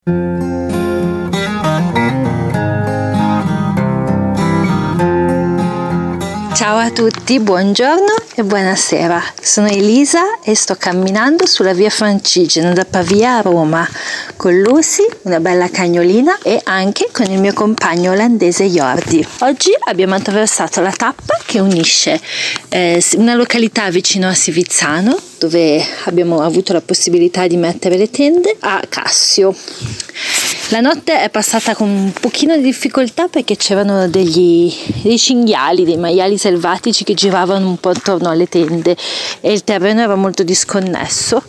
Ciao a tutti, buongiorno e buonasera. Sono Elisa e sto camminando sulla via Francigena da Pavia a Roma con Lucy, una bella cagnolina, e anche con il mio compagno olandese Jordi. Oggi abbiamo attraversato la tappa che unisce una località vicino a Sivizzano, dove abbiamo avuto la possibilità di mettere le tende, a Cassio. La notte è passata con un pochino di difficoltà perché c'erano dei cinghiali, dei maiali selvatici che giravano un po' attorno alle tende e il terreno era molto disconnesso.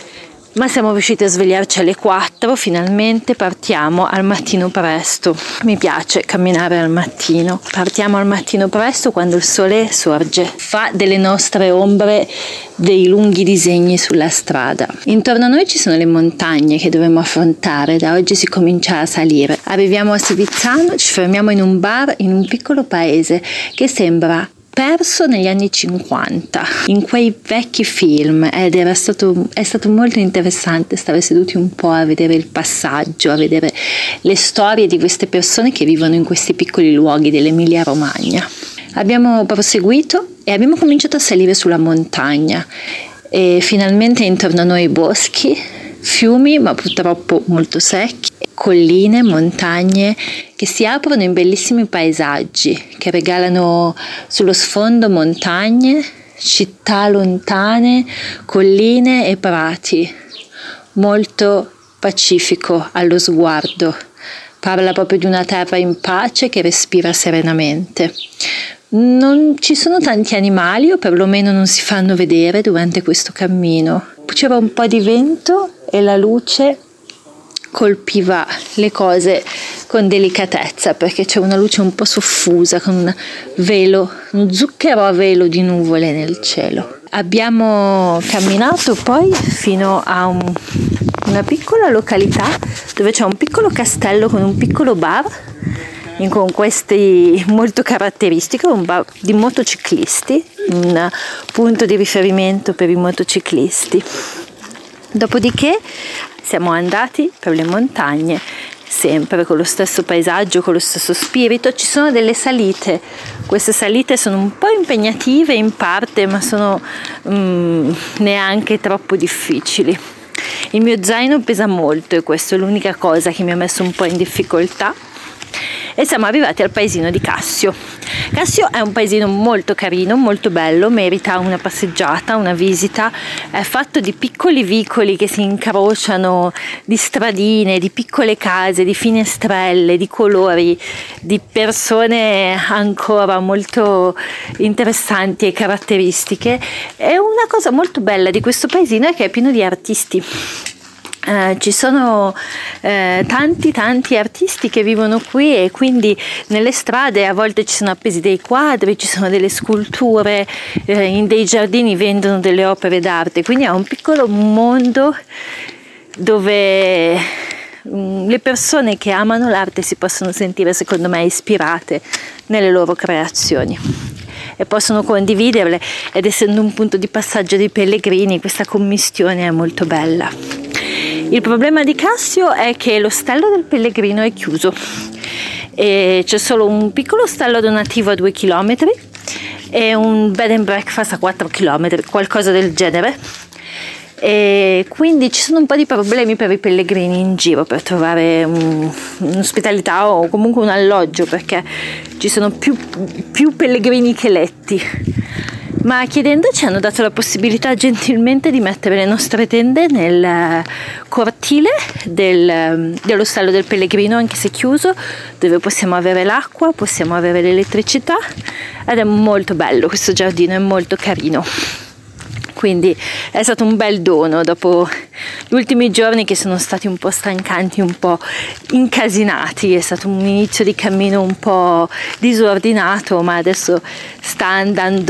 Ma siamo riusciti a svegliarci alle 4, finalmente partiamo al mattino presto. Mi piace camminare al mattino. Partiamo al mattino presto quando il sole sorge. Fa delle nostre ombre dei lunghi disegni sulla strada. Intorno a noi ci sono le montagne che dovremo affrontare. Da oggi si comincia a salire. Arriviamo a Sivizzano, ci fermiamo in un bar in un piccolo paese che sembra perso negli anni 50, in quei vecchi film, ed è stato molto interessante stare seduti un po' a vedere il passaggio, a vedere le storie di queste persone che vivono in questi piccoli luoghi dell'Emilia Romagna. Abbiamo proseguito e abbiamo cominciato a salire sulla montagna e finalmente intorno a noi boschi, fiumi ma purtroppo molto secchi, colline, montagne che si aprono in bellissimi paesaggi che regalano sullo sfondo montagne, città lontane, colline e prati. Molto pacifico allo sguardo. Parla proprio di una terra in pace che respira serenamente. Non ci sono tanti animali, o perlomeno non si fanno vedere durante questo cammino. C'era un po' di vento e la luce colpiva le cose con delicatezza perché c'è una luce un po' soffusa con un velo, uno zucchero a velo di nuvole nel cielo. Abbiamo camminato poi fino a una piccola località dove c'è un piccolo castello con un piccolo bar con questi molto caratteristico, un bar di motociclisti, un punto di riferimento per i motociclisti. Dopodiché siamo andati per le montagne, sempre con lo stesso paesaggio, con lo stesso spirito. Ci sono delle salite, queste salite sono un po' impegnative in parte, ma sono neanche troppo difficili. Il mio zaino pesa molto e questa è l'unica cosa che mi ha messo un po' in difficoltà. E siamo arrivati al paesino di Cassio. Cassio è un paesino molto carino, molto bello, merita una passeggiata, una visita. È fatto di piccoli vicoli che si incrociano, di stradine, di piccole case, di finestrelle, di colori, di persone ancora molto interessanti e caratteristiche. E una cosa molto bella di questo paesino è che è pieno di artisti. Ci sono tanti artisti che vivono qui e quindi nelle strade a volte ci sono appesi dei quadri, ci sono delle sculture, in dei giardini vendono delle opere d'arte, quindi è un piccolo mondo dove le persone che amano l'arte si possono sentire, secondo me, ispirate nelle loro creazioni e possono condividerle, ed essendo un punto di passaggio dei pellegrini questa commistione è molto bella. Il problema di Cassio è che l'ostello del pellegrino è chiuso e c'è solo un piccolo ostello donativo a 2 chilometri e un bed and breakfast a 4 chilometri, qualcosa del genere, e quindi ci sono un po' di problemi per i pellegrini in giro per trovare un'ospitalità o comunque un alloggio, perché ci sono più pellegrini che letti. Ma chiedendo ci hanno dato la possibilità gentilmente di mettere le nostre tende nel cortile dell'ostello del pellegrino, anche se chiuso, dove possiamo avere l'acqua, possiamo avere l'elettricità, ed è molto bello questo giardino, è molto carino. Quindi è stato un bel dono dopo gli ultimi giorni che sono stati un po' stancanti, un po' incasinati. È stato un inizio di cammino un po' disordinato, ma adesso sta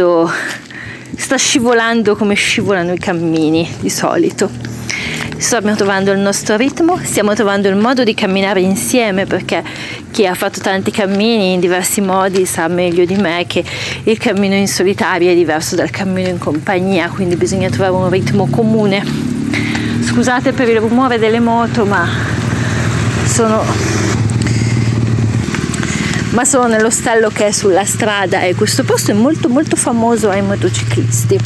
scivolando come scivolano i cammini di solito. Stiamo trovando il nostro ritmo, stiamo trovando il modo di camminare insieme, perché chi ha fatto tanti cammini in diversi modi sa meglio di me che il cammino in solitaria è diverso dal cammino in compagnia, quindi bisogna trovare un ritmo comune. Scusate per il rumore delle moto, ma ma sono nello stallo che è sulla strada, e questo posto è molto molto famoso ai motociclisti.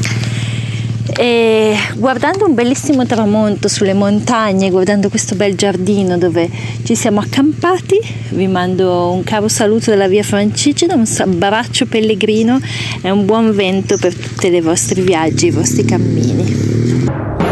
E guardando un bellissimo tramonto sulle montagne, guardando questo bel giardino dove ci siamo accampati, vi mando un caro saluto dalla via Francigena, un abbraccio pellegrino e un buon vento per tutti i vostri viaggi, i vostri cammini.